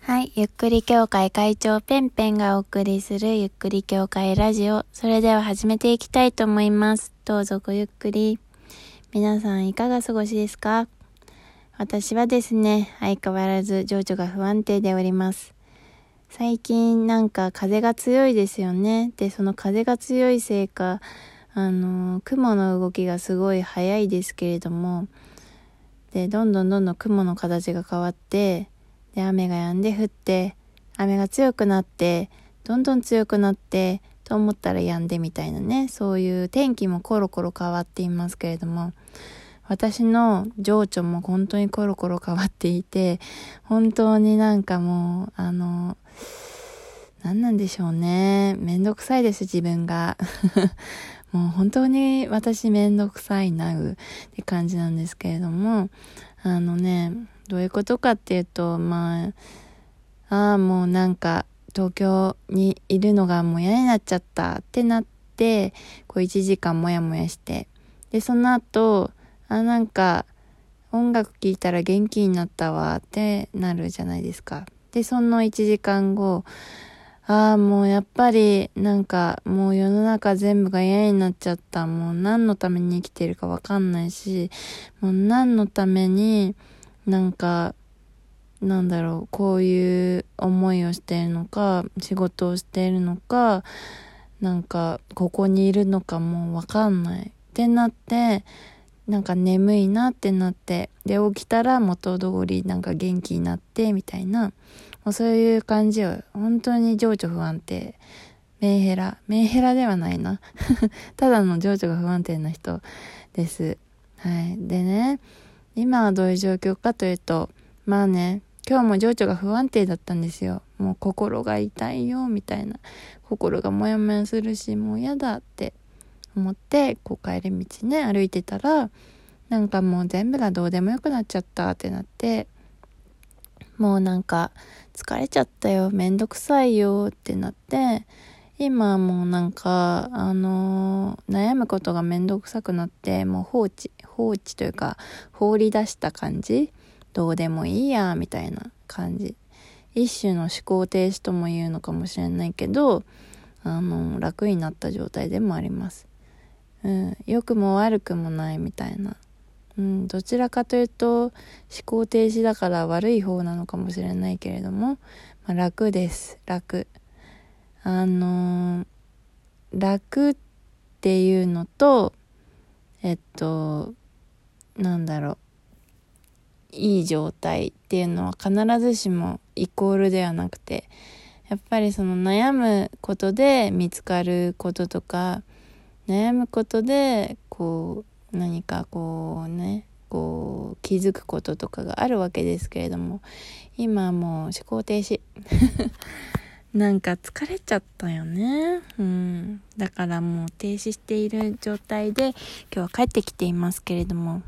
はい、ゆっくり協会会長ペンペンがお送りするゆっくり協会ラジオ。それでは始めていきたいと思います。どうぞごゆっくり。皆さんいかが過ごしですか？私はですね、相変わらず情緒が不安定でおります。最近なんか風が強いですよね。で、その風が強いせいか、雲の動きがすごい早いですけれども、で、どんどん雲の形が変わって、で、雨が止んで降って、雨が強くなって、どんどん強くなって、と思ったら止んでみたいなね、そういう天気もコロコロ変わっていますけれども、私の情緒も本当にコロコロ変わっていて、本当になんかもう、何なんでしょうね。めんどくさいです、自分が。もう本当に私めんどくさいなって感じなんですけれども、どういうことかっていうと、もうなんか東京にいるのがもう嫌になっちゃったってなって、こう1時間もやもやして、で、その後、なんか音楽聴いたら元気になったわってなるじゃないですか。で、その1時間後、もうやっぱりなんかもう世の中全部が嫌になっちゃった。もう何のために生きてるかわかんないし、もう何のためになんかこういう思いをしているのか、仕事をしているのか、なんかここにいるのかもうわかんないってなって、なんか眠いなってなって、で起きたら元通りなんか元気になってみたいな、もうそういう感じよ。本当に情緒不安定。メンヘラではないな。ただの情緒が不安定な人です。はい。でね、今はどういう状況かというと、今日も情緒が不安定だったんですよ。もう心が痛いよ、みたいな。心がもやもやするし、もう嫌だって思って、こう帰り道ね、歩いてたら、なんかもう全部がどうでもよくなっちゃったってなって、もうなんか疲れちゃったよ、めんどくさいよってなって、今はもうなんか、悩むことがめんどくさくなって、もう放置というか、放り出した感じ、どうでもいいや、みたいな感じ。一種の思考停止とも言うのかもしれないけど、楽になった状態でもあります。良くも悪くもないみたいな。どちらかというと思考停止だから悪い方なのかもしれないけれども、楽です。楽っていうのといい状態っていうのは必ずしもイコールではなくて、やっぱりその悩むことで見つかることとか、悩むことでこう何かこう気づくこととかがあるわけですけれども、今はもう思考停止なんか疲れちゃったよね。だからもう停止している状態で今日は帰ってきていますけれども、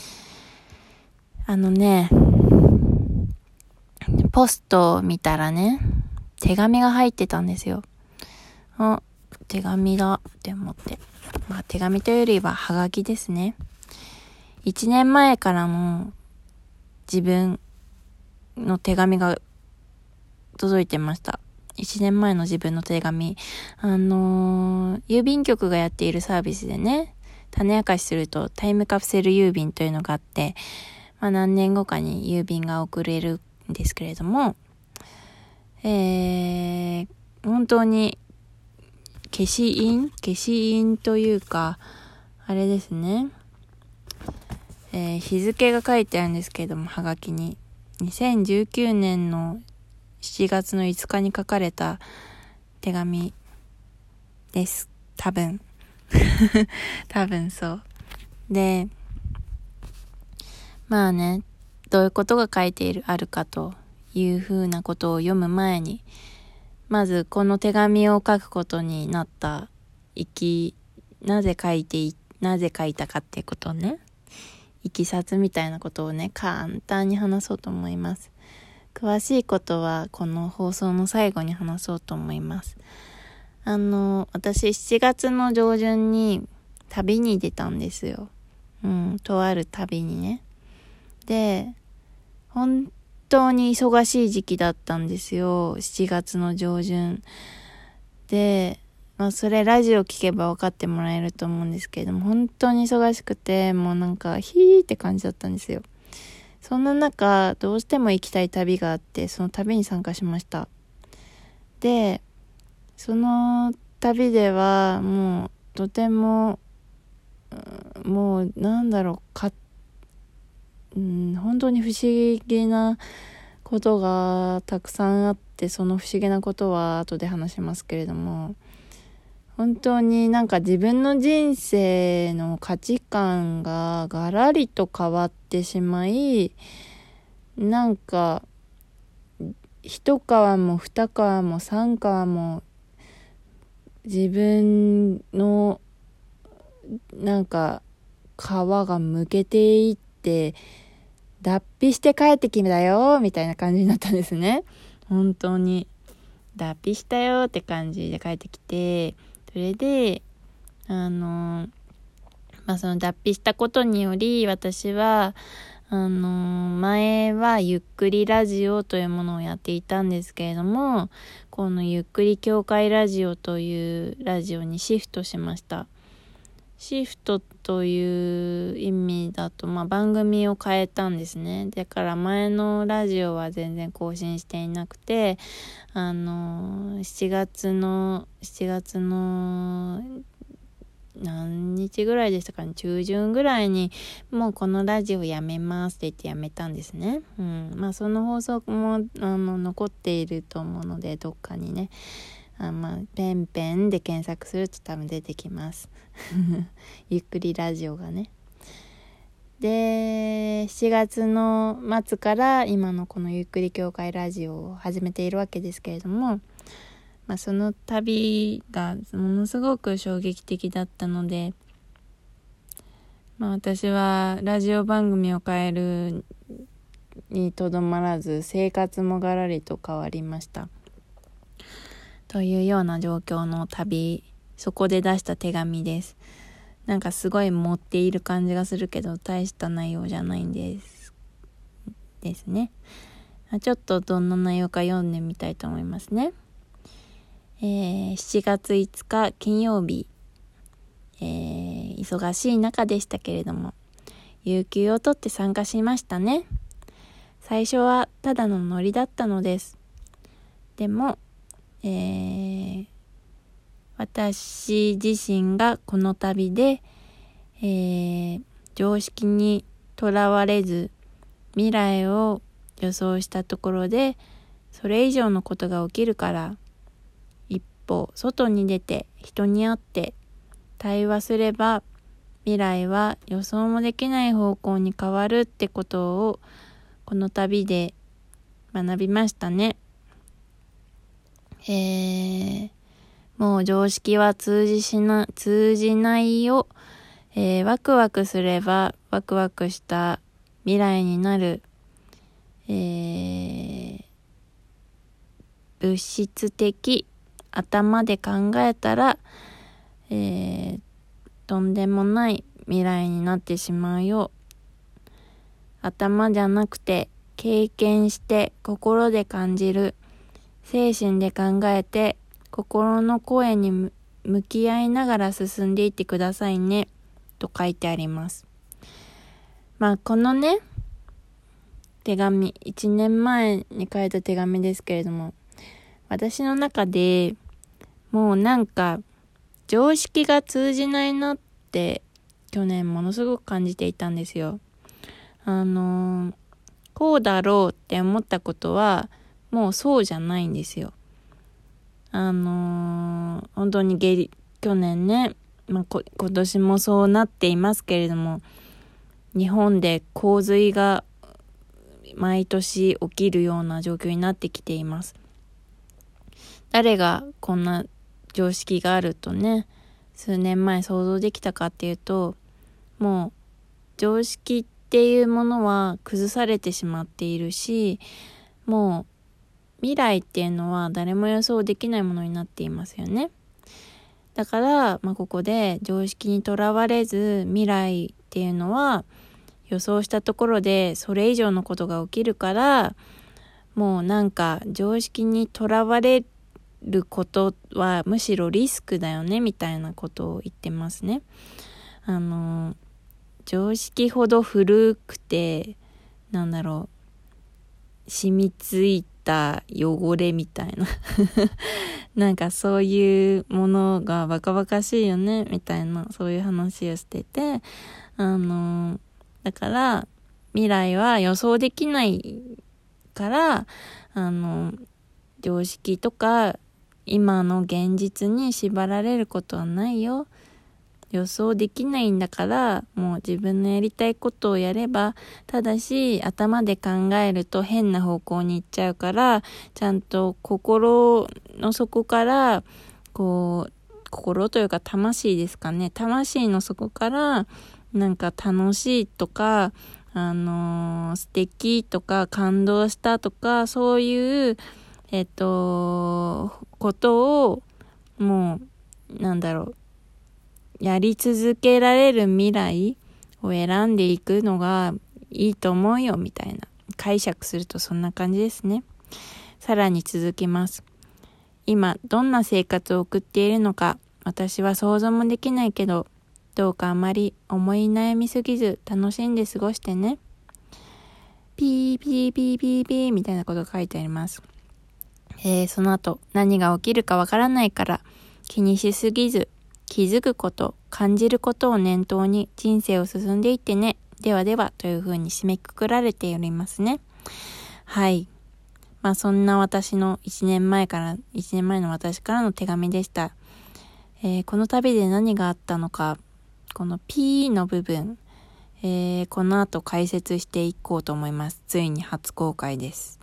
ポストを見たらね、手紙が入ってたんですよ。手紙だって思って。手紙というよりはハガキですね。1年前からの自分の手紙が届いてました。1年前の自分の手紙。郵便局がやっているサービスでね、種明かしするとタイムカプセル郵便というのがあって、何年後かに郵便が送れるんですけれども、本当に消印というか、あれですね。日付が書いてあるんですけれども、はがきに。2019年の7月の5日に書かれた手紙です。多分。多分そう。で、どういうことが書いてあるかというふうなことを読む前に、まずこの手紙を書くことになったなぜ書いたかっていうことをね、いきさつみたいなことをね、簡単に話そうと思います。詳しいことはこの放送の最後に話そうと思います。私7月の上旬に旅に出たんですよ。とある旅にね。で、本当に忙しい時期だったんですよ。7月の上旬で、それラジオ聞けば分かってもらえると思うんですけれども、本当に忙しくて、もうなんかヒーって感じだったんですよ。そんな中、どうしても行きたい旅があって、その旅に参加しました。で、その旅ではもうとても、もうなんだろう、本当に不思議なことがたくさんあって、その不思議なことは後で話しますけれども、本当になんか自分の人生の価値観がガラリと変わってしまい、なんか一皮も二皮も三皮も自分のなんか皮がむけていって、脱皮して帰ってきたよみたいな感じになったんですね。本当に脱皮したよって感じで帰ってきて、それでその脱皮したことにより、私は前はゆっくりラジオというものをやっていたんですけれども、このゆっくり教会ラジオというラジオにシフトしました。シフトという意味だと、番組を変えたんですね。だから前のラジオは全然更新していなくて、7月の何日ぐらいでしたかね、中旬ぐらいにもうこのラジオやめますって言ってやめたんですね。その放送も残っていると思うので、どっかにね、ペンペンで検索すると多分出てきますゆっくりラジオがね。で、7月の末から今のこのゆっくり教会ラジオを始めているわけですけれども、その旅がものすごく衝撃的だったので、私はラジオ番組を変えるにとどまらず、生活もガラリと変わりましたというような状況の旅、そこで出した手紙です。なんかすごい持っている感じがするけど、大した内容じゃないんですね。ちょっとどんな内容か読んでみたいと思いますね。7月5日金曜日、忙しい中でしたけれども、有給を取って参加しましたね。最初はただのノリだったのです。でも、私自身がこの旅で、常識にとらわれず未来を予想したところで、それ以上のことが起きるから、一歩外に出て人に会って対話すれば、未来は予想もできない方向に変わるってことをこの旅で学びましたね。もう常識は通じないよ。ワクワクすればワクワクした未来になる。物質的頭で考えたら、とんでもない未来になってしまうよ。頭じゃなくて経験して心で感じる。精神で考えて心の声に向き合いながら進んでいってくださいねと書いてあります。このね手紙、1年前に書いた手紙ですけれども、私の中でもうなんか常識が通じないなって去年ものすごく感じていたんですよ。こうだろうって思ったことはもうそうじゃないんですよ。本当に去年ね、今年もそうなっていますけれども、日本で洪水が毎年起きるような状況になってきています。誰がこんな常識があるとね、数年前想像できたかっていうと、もう常識っていうものは崩されてしまっているし、もう未来っていうのは誰も予想できないものになっていますよね。だから、ここで常識にとらわれず、未来っていうのは予想したところでそれ以上のことが起きるから、 もうなんか常識にとらわれることはむしろリスクだよねみたいなことを言ってますね。常識ほど古くて染みついた汚れみたいななんかそういうものがバカバカしいよねみたいな、そういう話をしてて、だから未来は予想できないから、常識とか今の現実に縛られることはないよ。予想できないんだから、もう自分のやりたいことをやれば、ただし頭で考えると変な方向に行っちゃうから、ちゃんと心の底から心というか魂ですかね、魂の底からなんか楽しいとか素敵とか感動したとか、そういうことをもうやり続けられる未来を選んでいくのがいいと思うよみたいな、解釈するとそんな感じですね。さらに続きます。今どんな生活を送っているのか私は想像もできないけど、どうかあまり思い悩みすぎず楽しんで過ごしてね。ピーピーピーピーピーみたいなことが書いてあります。その後何が起きるかわからないから気にしすぎず、気づくこと、感じることを念頭に人生を進んでいってね。ではではというふうに締めくくられておりますね。はい。そんな私の1年前の私からの手紙でした。この旅で何があったのか、この P の部分、この後解説していこうと思います。ついに初公開です。